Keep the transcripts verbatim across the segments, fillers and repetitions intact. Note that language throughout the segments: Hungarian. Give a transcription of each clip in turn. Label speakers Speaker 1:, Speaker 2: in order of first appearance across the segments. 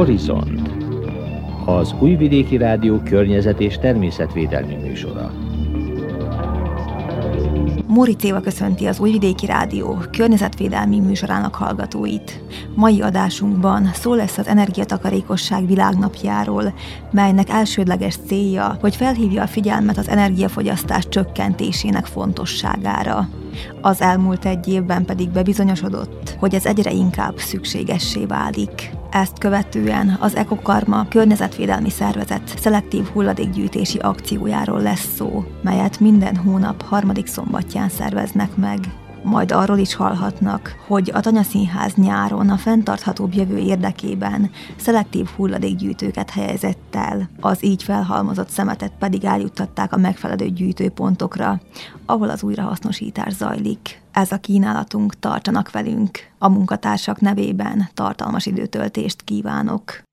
Speaker 1: Horizont, az Újvidéki Rádió környezet- és természetvédelmi műsora.
Speaker 2: Móricz Éva köszönti az Újvidéki Rádió környezetvédelmi műsorának hallgatóit. Mai adásunkban szó lesz az energiatakarékosság világnapjáról, melynek elsődleges célja, hogy felhívja a figyelmet az energiafogyasztás csökkentésének fontosságára. Az elmúlt egy évben pedig bebizonyosodott, hogy ez egyre inkább szükségessé válik. Ezt követően az Ekokarma környezetvédelmi szervezet szelektív hulladékgyűjtési akciójáról lesz szó, melyet minden hónap harmadik szombatján szerveznek meg. Majd arról is hallhatnak, hogy a Tanyaszínház nyáron a fenntarthatóbb jövő érdekében szelektív hulladékgyűjtőket helyezett el. Az így felhalmozott szemetet pedig eljuttatták a megfelelő gyűjtőpontokra, ahol az újrahasznosítás zajlik. Ez a kínálatunk, tartsanak velünk! A munkatársak nevében tartalmas időtöltést kívánok!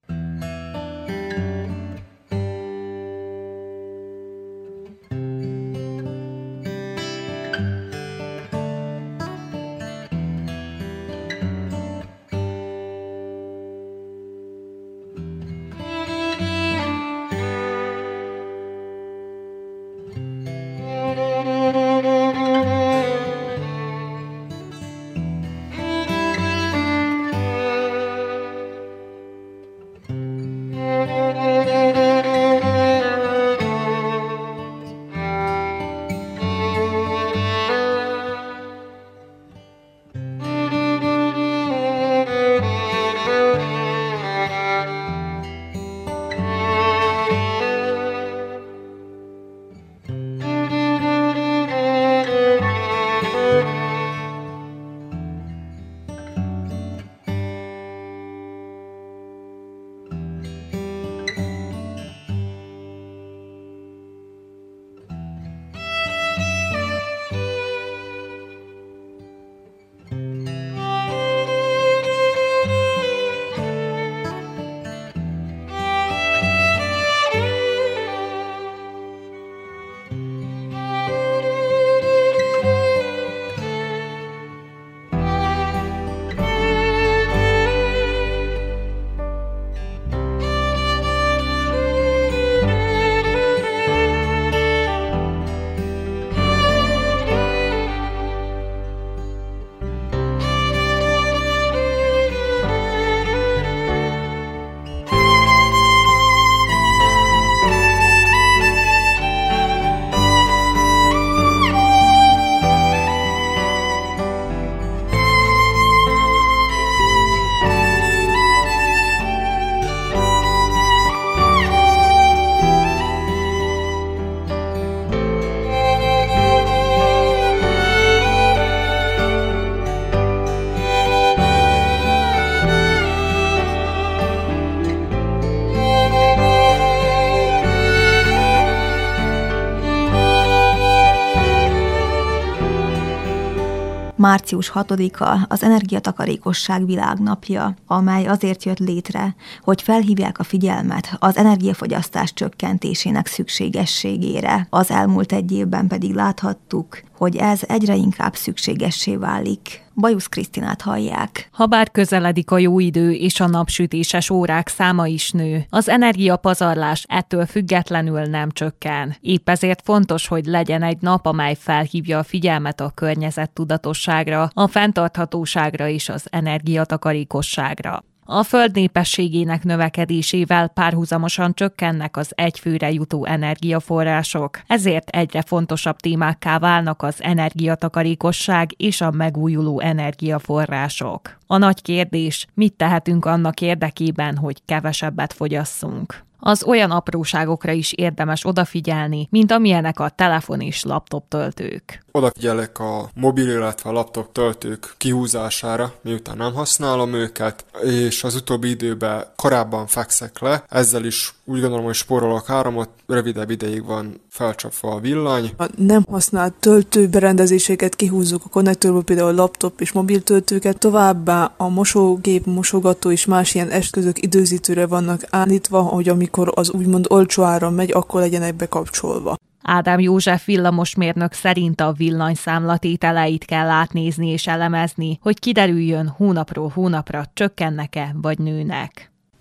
Speaker 2: Március hatodika az energiatakarékosság világnapja, amely azért jött létre, hogy felhívják a figyelmet az energiafogyasztás csökkentésének szükségességére. Az elmúlt egy évben pedig láthattuk, hogy ez egyre inkább szükségessé válik. Bajusz Krisztinát hallják.
Speaker 3: Habár közeledik a jó idő és a napsütéses órák száma is nő, az energiapazarlás ettől függetlenül nem csökken. Épp ezért fontos, hogy legyen egy nap, amely felhívja a figyelmet a környezettudatosságra, a fenntarthatóságra és az energiatakarékosságra. A föld népességének növekedésével párhuzamosan csökkennek az egyfőre jutó energiaforrások, ezért egyre fontosabb témákká válnak az energiatakarékosság és a megújuló energiaforrások. A nagy kérdés, mit tehetünk annak érdekében, hogy kevesebbet fogyasszunk? Az olyan apróságokra is érdemes odafigyelni, mint amilyenek a telefon és laptop töltők.
Speaker 4: Odafigyelek a mobil, illetve a laptop töltők kihúzására, miután nem használom őket, és az utóbbi időben korábban fekszek le, ezzel is úgy gondolom, hogy spórolok áramot, rövidebb ideig van felcsapva a villany.
Speaker 5: A nem használt töltőberendezéseket kihúzzuk a konnektorből, például a laptop és mobiltöltőket, továbbá a mosógép, mosogató és más ilyen eszközök időzítőre vannak állítva, hogy amikor az úgymond olcsó áram megy, akkor legyenek bekapcsolva.
Speaker 3: Ádám József villamosmérnök szerint a villanyszámla tételeit kell átnézni és elemezni, hogy kiderüljön, hónapról hónapra csökkennek-e vagy nőnek.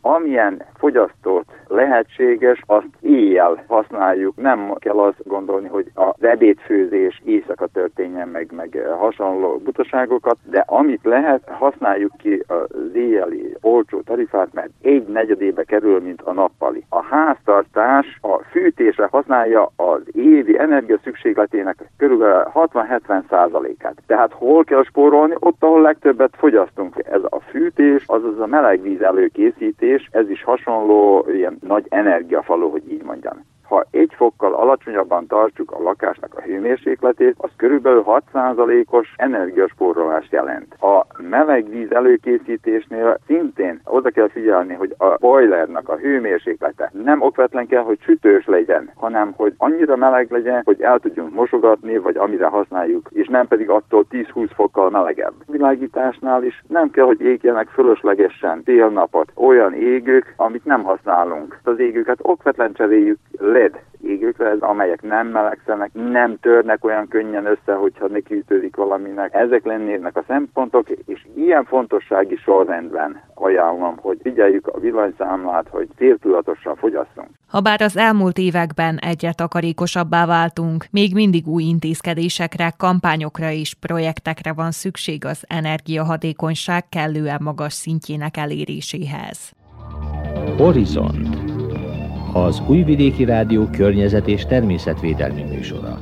Speaker 6: amilyen fogyasztót lehetséges, azt éjjel használjuk. Nem kell azt gondolni, hogy az ebédfőzés éjszaka történjen meg, meg hasonló butaságokat, de amit lehet, használjuk ki az éjjeli olcsó tarifát, mert egy negyedébe kerül, mint a nappali. A háztartás a fűtésre használja az évi energiaszükségletének körülbelül hatvan-hetven százalékát. Tehát hol kell spórolni? Ott, ahol legtöbbet fogyasztunk. Ez a fűtés, azaz a melegvíz előkészítés, ez is hasonló ilyen nagy energiafaló, hogy így mondjam. Ha egy fokkal alacsonyabban tartjuk a lakásnak a hőmérsékletét, az körülbelül hat százalékos energiaspórolást jelent. A melegvíz előkészítésnél szintén oda kell figyelni, hogy a boilernak a hőmérséklete nem okvetlen kell, hogy sütős legyen, hanem hogy annyira meleg legyen, hogy el tudjunk mosogatni, vagy amire használjuk, és nem pedig attól tíz-húsz fokkal melegebb. Világításnál is nem kell, hogy égjenek fölöslegesen tél-napot olyan égők, amit nem használunk. Az égőket okvetlen cseréljük el é dé égőkre, amelyek nem melegszenek, nem törnek olyan könnyen össze, hogyha nekiütődik valaminek. Ezek lennének a szempontok, és ilyen fontossági sorrendben ajánlom, hogy figyeljük a villanyszámlát, hogy céltudatosan fogyasszunk.
Speaker 3: Habár az elmúlt években egyre takarékosabbá váltunk, még mindig új intézkedésekre, kampányokra és projektekre van szükség az energiahatékonyság kellően magas szintjének eléréséhez.
Speaker 1: Horizont, az Újvidéki Rádió környezet- és természetvédelmi műsora.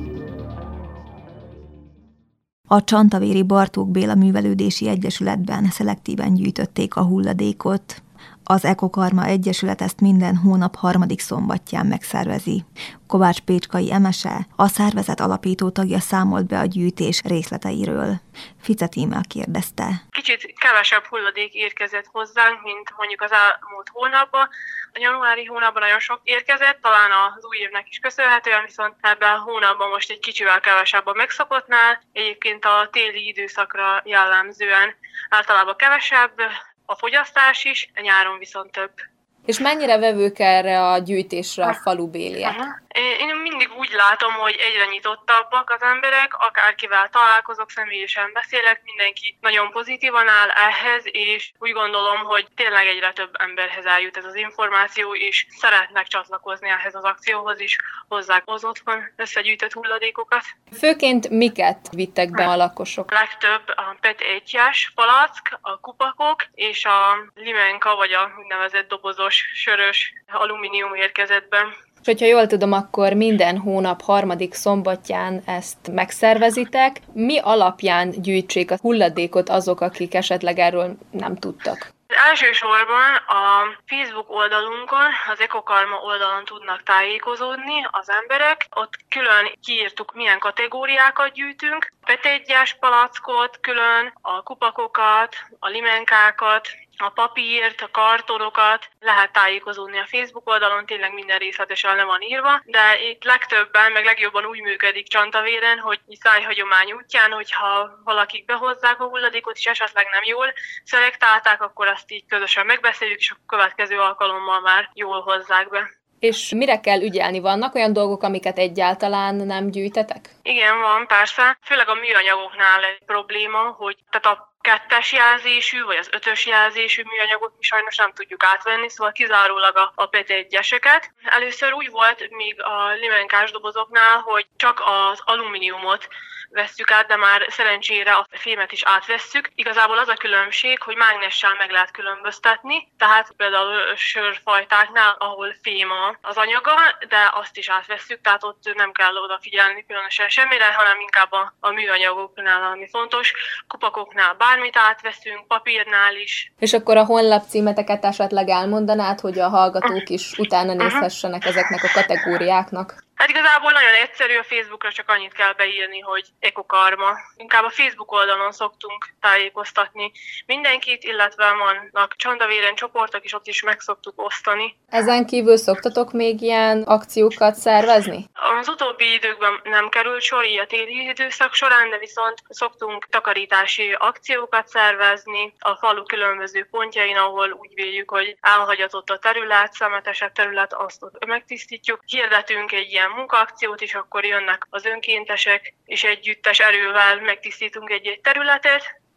Speaker 2: A Csantavéri Bartók Béla Művelődési Egyesületben szelektíven gyűjtötték a hulladékot. Az Ekokarma Egyesület ezt minden hónap harmadik szombatján megszervezi. Kovács Pécskai Emese, a szervezet alapító tagja számolt be a gyűjtés részleteiről. Fice Tímea kérdezte.
Speaker 7: Kicsit kevesebb hulladék érkezett hozzánk, mint mondjuk az elmúlt hónapban. A januári hónapban nagyon sok érkezett, talán az új évnek is köszönhetően, viszont ebben a hónapban most egy kicsivel kevesebb a megszokottnál. Egyébként a téli időszakra jellemzően általában kevesebb, a fogyasztás is, a nyáron viszont több.
Speaker 8: És mennyire vevők erre a gyűjtésre a falubéliek?
Speaker 7: Uh-huh. Én mindig úgy látom, hogy egyre nyitottabbak az emberek, akárkivel találkozok, személyesen beszélek, mindenki nagyon pozitívan áll ehhez, és úgy gondolom, hogy tényleg egyre több emberhez eljut ez az információ, és szeretnek csatlakozni ehhez az akcióhoz is, hozzák az otthon összegyűjtött hulladékokat.
Speaker 8: Főként miket vittek be a lakosok?
Speaker 7: Legtöbb a pé e té egyes palack, a kupakok és a limenka, vagy a úgynevezett dobozos, sörös alumínium érkezett be.
Speaker 8: És hogyha jól tudom, akkor minden hónap harmadik szombatján ezt megszervezitek. Mi alapján gyűjtsék a hulladékot azok, akik esetleg erről nem tudtak?
Speaker 7: Elsősorban a Facebook oldalunkon, az Ekokarma oldalon tudnak tájékozódni az emberek. Ott külön kiírtuk, milyen kategóriákat gyűjtünk. A pé e té egyes palackot, külön a kupakokat, a limenkákat, a papírt, a kartonokat, lehet tájékozódni a Facebook oldalon, tényleg minden részletesen le van írva, de itt legtöbben, meg legjobban úgy működik Csantavéren, hogy szájhagyomány útján, hogyha valakik behozzák a hulladékot, és esetleg nem jól szelektálták, akkor azt így közösen megbeszéljük, és a következő alkalommal már jól hozzák be.
Speaker 8: És mire kell ügyelni? Vannak olyan dolgok, amiket egyáltalán nem gyűjtetek?
Speaker 7: Igen, van, persze. Főleg a műanyagoknál egy probléma, hogy tehát a kettes jelzésű, vagy az ötös jelzésű műanyagot mi sajnos nem tudjuk átvenni, szóval kizárólag a, a pé e té egyeseket. Először úgy volt még a limenkás dobozoknál, hogy csak az alumíniumot vesszük át, de már szerencsére a fémet is átvesszük. Igazából az a különbség, hogy mágnessel meg lehet különböztetni, tehát például sörfajtáknál, ahol fém az anyaga, de azt is átvesszük, tehát ott nem kell odafigyelni különösen semmire, hanem inkább a, a műanyagoknál, ami fontos. Kupakoknál bármit átveszünk, papírnál is.
Speaker 8: És akkor a honlap címeteket esetleg elmondanád, hogy a hallgatók is utána nézhessenek ezeknek a kategóriáknak?
Speaker 7: Hát igazából nagyon egyszerű, a Facebookra csak annyit kell beírni, hogy Ekokarma. Inkább a Facebook oldalon szoktunk tájékoztatni mindenkit, illetve vannak Csantavéren csoportok, és ott is meg szoktuk osztani.
Speaker 8: Ezen kívül szoktatok még ilyen akciókat szervezni?
Speaker 7: Az utóbbi időkben nem került sor, így a téli időszak során, de viszont szoktunk takarítási akciókat szervezni a falu különböző pontjain, ahol úgy véljük, hogy elhagyatott a terület, szemetesebb terület, azt ott megtisztítjuk. Hirdetünk egy ilyen munkaakciót, és akkor jönnek az önkéntesek, és együttes erővel megtisztítunk egy-egy területet,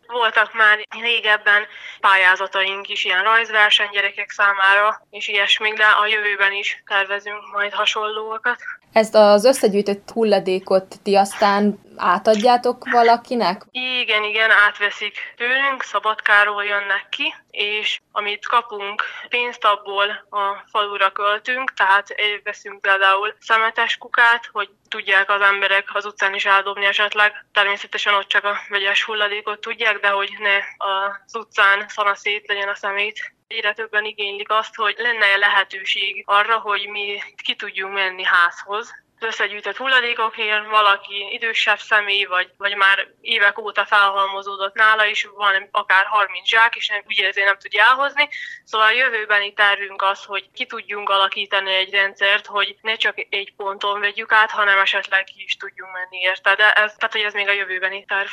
Speaker 7: Voltak már régebben pályázataink is, ilyen rajzverseny gyerekek számára, és ilyesmik, de a jövőben is tervezünk majd hasonlóakat.
Speaker 8: Ezt az összegyűjtött hulladékot ti aztán átadjátok valakinek?
Speaker 7: Igen, igen, átveszik tőlünk, Szabadkáról jönnek ki, és amit kapunk pénzt, abból a falura költünk, tehát veszünk például szemetes kukát, hogy tudják az emberek az utcán is eldobni esetleg. Természetesen ott csak a vegyes hulladékot tudják, de hogy ne az utcán szanaszét legyen a szemét. Egyre többen igénylik azt, hogy lenne lehetőség arra, hogy mi ki tudjunk menni házhoz. Az összegyűjtött hulladékokért valaki idősebb személy, vagy, vagy már évek óta felhalmozódott nála is, van akár harminc zsák, és nem, ugye ezért nem tudja elhozni. Szóval a jövőbeni tervünk az, hogy ki tudjunk alakítani egy rendszert, hogy ne csak egy ponton vegyük át, hanem esetleg ki is tudjunk menni érte. De ez, tehát, hogy ez még a jövőbeni terv.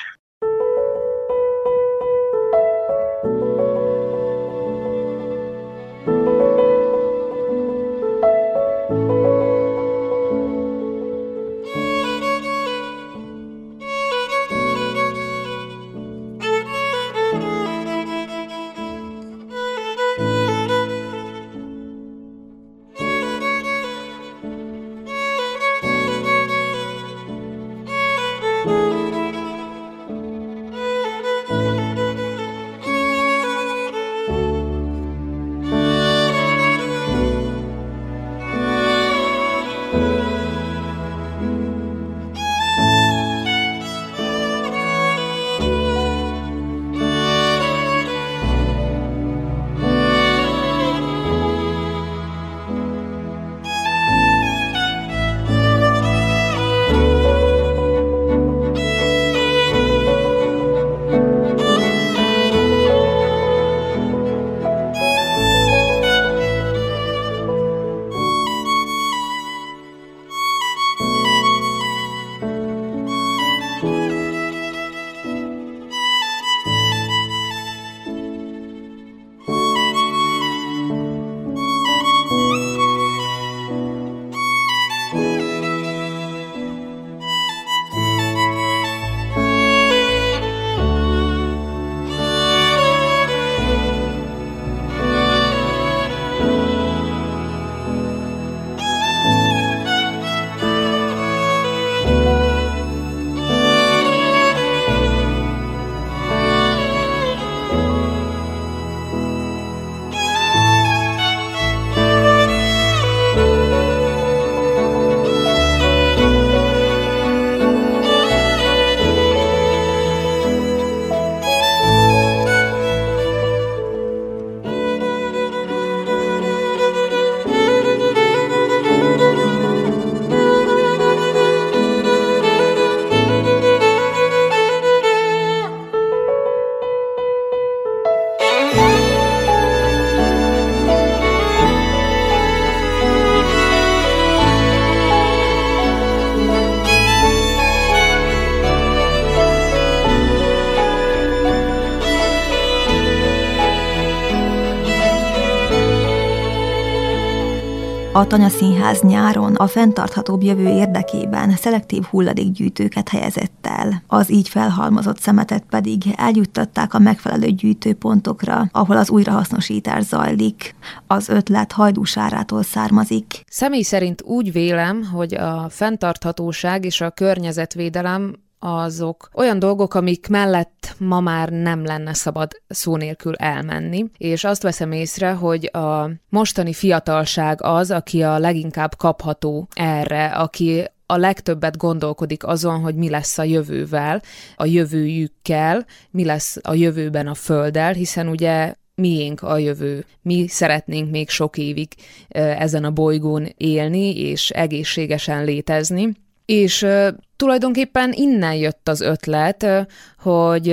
Speaker 2: A Tanya Színház nyáron a fenntarthatóbb jövő érdekében szelektív hulladékgyűjtőket helyezett el. Az így felhalmozott szemetet pedig eljuttatták a megfelelő gyűjtőpontokra, ahol az újrahasznosítás zajlik. Az ötlet Hajdú Sárától származik.
Speaker 9: Személy szerint úgy vélem, hogy a fenntarthatóság és a környezetvédelem azok olyan dolgok, amik mellett ma már nem lenne szabad szó nélkül elmenni, és azt veszem észre, hogy a mostani fiatalság az, aki a leginkább kapható erre, aki a legtöbbet gondolkodik azon, hogy mi lesz a jövővel, a jövőjükkel, mi lesz a jövőben a Földdel, hiszen ugye miénk a jövő. Mi szeretnénk még sok évig ezen a bolygón élni, és egészségesen létezni. És tulajdonképpen innen jött az ötlet, hogy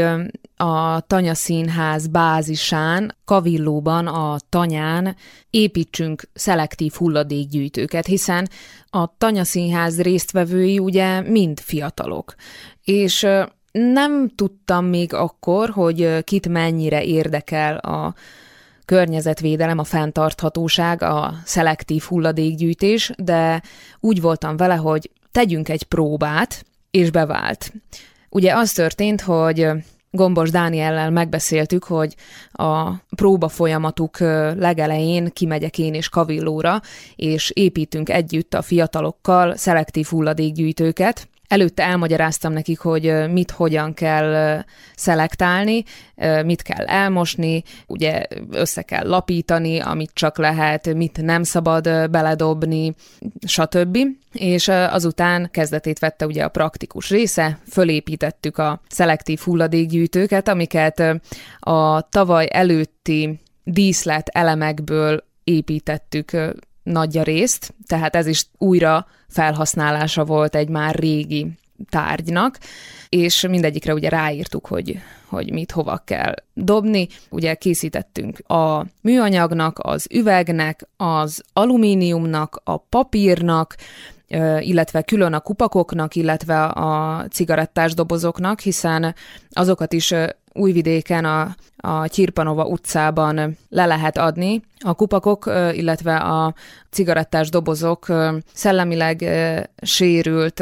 Speaker 9: a Tanya Színház bázisán, Kavillóban, a Tanyán építsünk szelektív hulladékgyűjtőket, hiszen a Tanya Színház résztvevői ugye mind fiatalok. És nem tudtam még akkor, hogy kit mennyire érdekel a környezetvédelem, a fenntarthatóság, a szelektív hulladékgyűjtés, de úgy voltam vele, hogy tegyünk egy próbát, és bevált. Ugye az történt, hogy Gombos Dániellel megbeszéltük, hogy a próba folyamatuk legelején kimegyek én és Kavillóra, és építünk együtt a fiatalokkal szelektív hulladékgyűjtőket. Előtte elmagyaráztam nekik, hogy mit, hogyan kell szelektálni, mit kell elmosni, ugye össze kell lapítani, amit csak lehet, mit nem szabad beledobni, stb. És azután kezdetét vette ugye a praktikus része, fölépítettük a szelektív hulladékgyűjtőket, amiket a tavaly előtti díszlet elemekből építettük nagyja részt, tehát ez is újra felhasználása volt egy már régi tárgynak, és mindegyikre ugye ráírtuk, hogy, hogy mit hova kell dobni. Ugye készítettünk a műanyagnak, az üvegnek, az alumíniumnak, a papírnak, illetve külön a kupakoknak, illetve a cigarettás dobozoknak, hiszen azokat is Újvidéken a, a Csirpanova utcában le lehet adni. A kupakok, illetve a cigarettás dobozok szellemileg sérült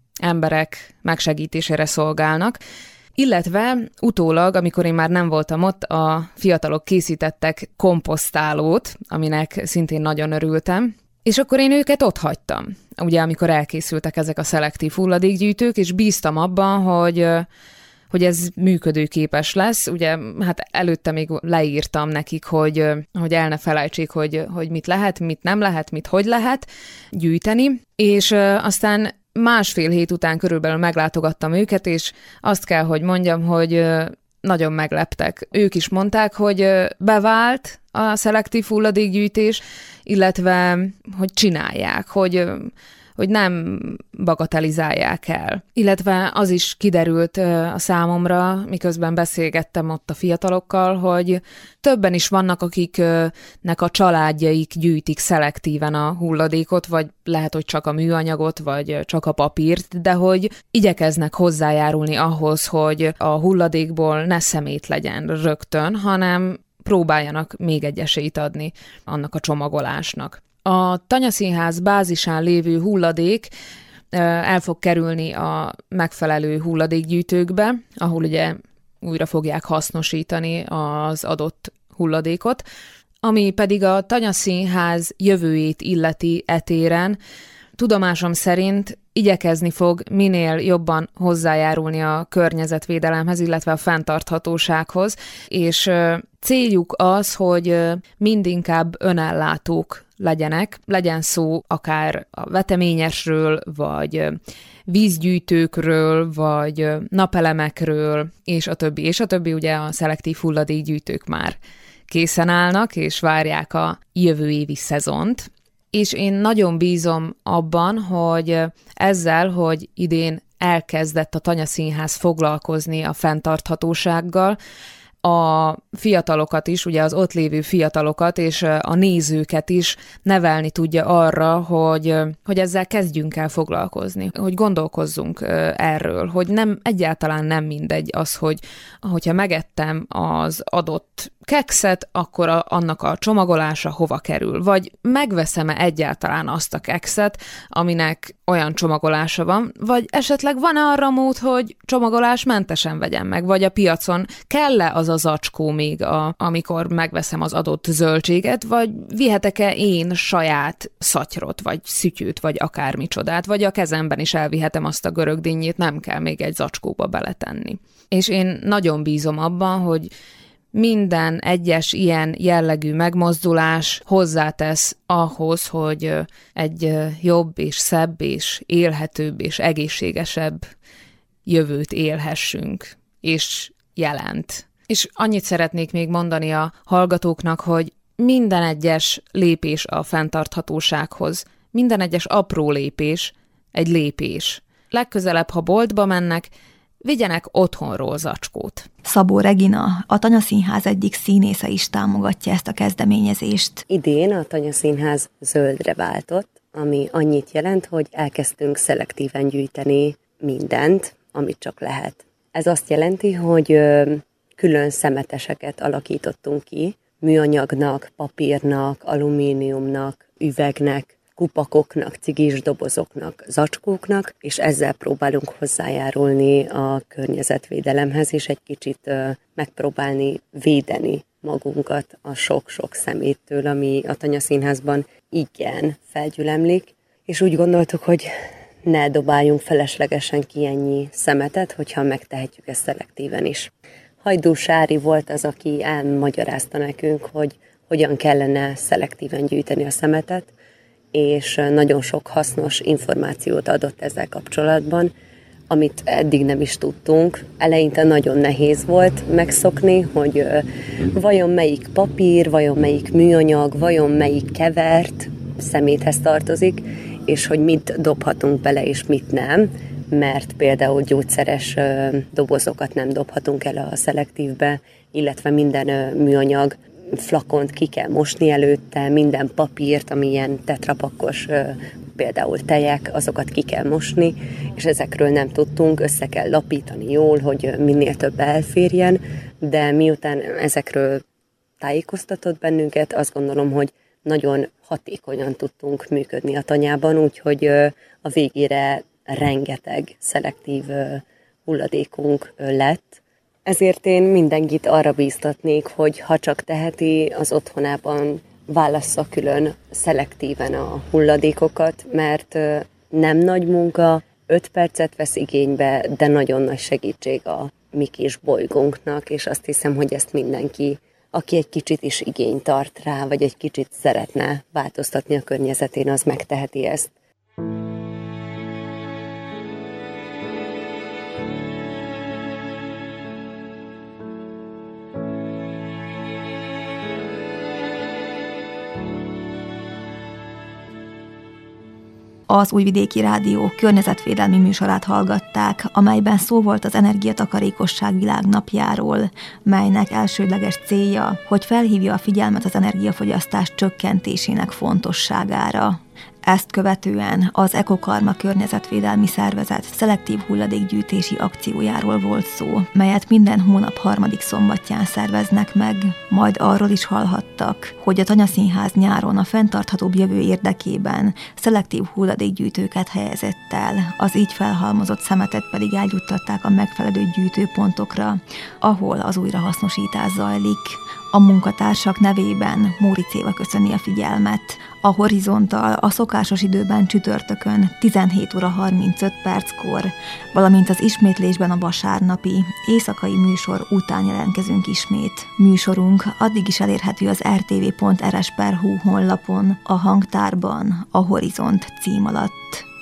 Speaker 9: emberek megsegítésére szolgálnak, illetve utólag, amikor én már nem voltam ott, a fiatalok készítettek komposztálót, aminek szintén nagyon örültem, és akkor én őket ott hagytam, ugye amikor elkészültek ezek a szelektív hulladékgyűjtők, és bíztam abban, hogy hogy ez működőképes lesz. Ugye hát előtte még leírtam nekik, hogy, hogy el ne felejtsék, hogy, hogy mit lehet, mit nem lehet, mit hogy lehet gyűjteni, és aztán másfél hét után körülbelül meglátogattam őket, és azt kell, hogy mondjam, hogy nagyon megleptek. Ők is mondták, hogy bevált a szelektív hulladékgyűjtés, illetve hogy csinálják, hogy hogy nem bagatelizálják el. Illetve az is kiderült a számomra, miközben beszélgettem ott a fiatalokkal, hogy többen is vannak, akiknek a családjaik gyűjtik szelektíven a hulladékot, vagy lehet, hogy csak a műanyagot, vagy csak a papírt, de hogy igyekeznek hozzájárulni ahhoz, hogy a hulladékból ne szemét legyen rögtön, hanem próbáljanak még egy esélyt adni annak a csomagolásnak. A Tanyaszínház bázisán lévő hulladék el fog kerülni a megfelelő hulladékgyűjtőkbe, ahol ugye újra fogják hasznosítani az adott hulladékot, ami pedig a Tanyaszínház jövőjét illeti etéren, tudomásom szerint igyekezni fog minél jobban hozzájárulni a környezetvédelemhez, illetve a fenntarthatósághoz, és céljuk az, hogy mindinkább önellátók legyenek, legyen szó akár a veteményesről, vagy vízgyűjtőkről, vagy napelemekről, és a többi, és a többi, ugye a szelektív hulladékgyűjtők már készen állnak, és várják a jövő évi szezont. És én nagyon bízom abban, hogy ezzel, hogy idén elkezdett a Tanyaszínház foglalkozni a fenntarthatósággal, a fiatalokat is, ugye az ott lévő fiatalokat és a nézőket is nevelni tudja arra, hogy, hogy ezzel kezdjünk el foglalkozni, hogy gondolkozzunk erről, hogy nem, egyáltalán nem mindegy az, hogy hogyha megettem az adott kekszet, akkor a, annak a csomagolása hova kerül, vagy megveszem-e egyáltalán azt a kekszet, aminek olyan csomagolása van, vagy esetleg van-e arra mód, hogy csomagolásmentesen vegyem meg, vagy a piacon kell-e az a zacskó még, a, amikor megveszem az adott zöldséget, vagy vihetek-e én saját szatyrot, vagy szütyőt, vagy akármicsodát, vagy a kezemben is elvihetem azt a görögdinnyét, nem kell még egy zacskóba beletenni. És én nagyon bízom abban, hogy minden egyes ilyen jellegű megmozdulás hozzátesz ahhoz, hogy egy jobb és szebb és élhetőbb és egészségesebb jövőt élhessünk, és jelent. És annyit szeretnék még mondani a hallgatóknak, hogy minden egyes lépés a fenntarthatósághoz, minden egyes apró lépés egy lépés. Legközelebb, ha boltba mennek, vigyenek otthonról zacskót.
Speaker 2: Szabó Regina, a Tanyaszínház egyik színésze is támogatja ezt a kezdeményezést.
Speaker 10: Idén a Tanyaszínház zöldre váltott, ami annyit jelent, hogy elkezdtünk szelektíven gyűjteni mindent, amit csak lehet. Ez azt jelenti, hogy külön szemeteseket alakítottunk ki, műanyagnak, papírnak, alumíniumnak, üvegnek, kupakoknak, cigis dobozoknak, zacskóknak, és ezzel próbálunk hozzájárulni a környezetvédelemhez, és egy kicsit megpróbálni védeni magunkat a sok-sok szeméttől, ami a Tanyaszínházban igen felgyülemlik, és úgy gondoltuk, hogy ne dobáljunk feleslegesen ki ennyi szemetet, hogyha megtehetjük ezt szelektíven is. Hajdú Sári volt az, aki elmagyarázta nekünk, hogy hogyan kellene szelektíven gyűjteni a szemetet, és nagyon sok hasznos információt adott ezzel kapcsolatban, amit eddig nem is tudtunk. Eleinte nagyon nehéz volt megszokni, hogy vajon melyik papír, vajon melyik műanyag, vajon melyik kevert szeméthez tartozik, és hogy mit dobhatunk bele, és mit nem, mert például gyógyszeres dobozokat nem dobhatunk el a szelektívbe, illetve minden műanyag flakont ki kell mosni előtte, minden papírt, ami ilyen tetrapakkos, például tejek, azokat ki kell mosni, és ezekről nem tudtunk, össze kell lapítani jól, hogy minél több elférjen, de miután ezekről tájékoztatott bennünket, azt gondolom, hogy nagyon hatékonyan tudtunk működni a tanyában, úgyhogy a végére rengeteg szelektív hulladékunk lett. Ezért én mindenkit arra bíztatnék, hogy ha csak teheti, az otthonában válassza külön szelektíven a hulladékokat, mert nem nagy munka, öt percet vesz igénybe, de nagyon nagy segítség a mi kis bolygónknak, és azt hiszem, hogy ezt mindenki, aki egy kicsit is igényt tart rá, vagy egy kicsit szeretne változtatni a környezetén, az megteheti ezt.
Speaker 2: Az Újvidéki Rádió környezetvédelmi műsorát hallgatták, amelyben szó volt az energiatakarékosság világnapjáról, melynek elsődleges célja, hogy felhívja a figyelmet az energiafogyasztás csökkentésének fontosságára. Ezt követően az Ekokarma környezetvédelmi szervezet szelektív hulladékgyűjtési akciójáról volt szó, melyet minden hónap harmadik szombatján szerveznek meg, majd arról is hallhattak, hogy a Tanyaszínház nyáron a fenntarthatóbb jövő érdekében szelektív hulladékgyűjtőket helyezett el, az így felhalmozott szemetet pedig eljuttatták a megfelelő gyűjtőpontokra, ahol az újrahasznosítás zajlik. A munkatársak nevében Móricz Éva köszöni a figyelmet. A Horizonttal a szokásos időben csütörtökön tizenhét óra harmincöt perckor, valamint az ismétlésben a vasárnapi éjszakai műsor után jelentkezünk ismét. Műsorunk addig is elérhető az er té vé pont er es pont hu honlapon, a hangtárban, a Horizont cím alatt.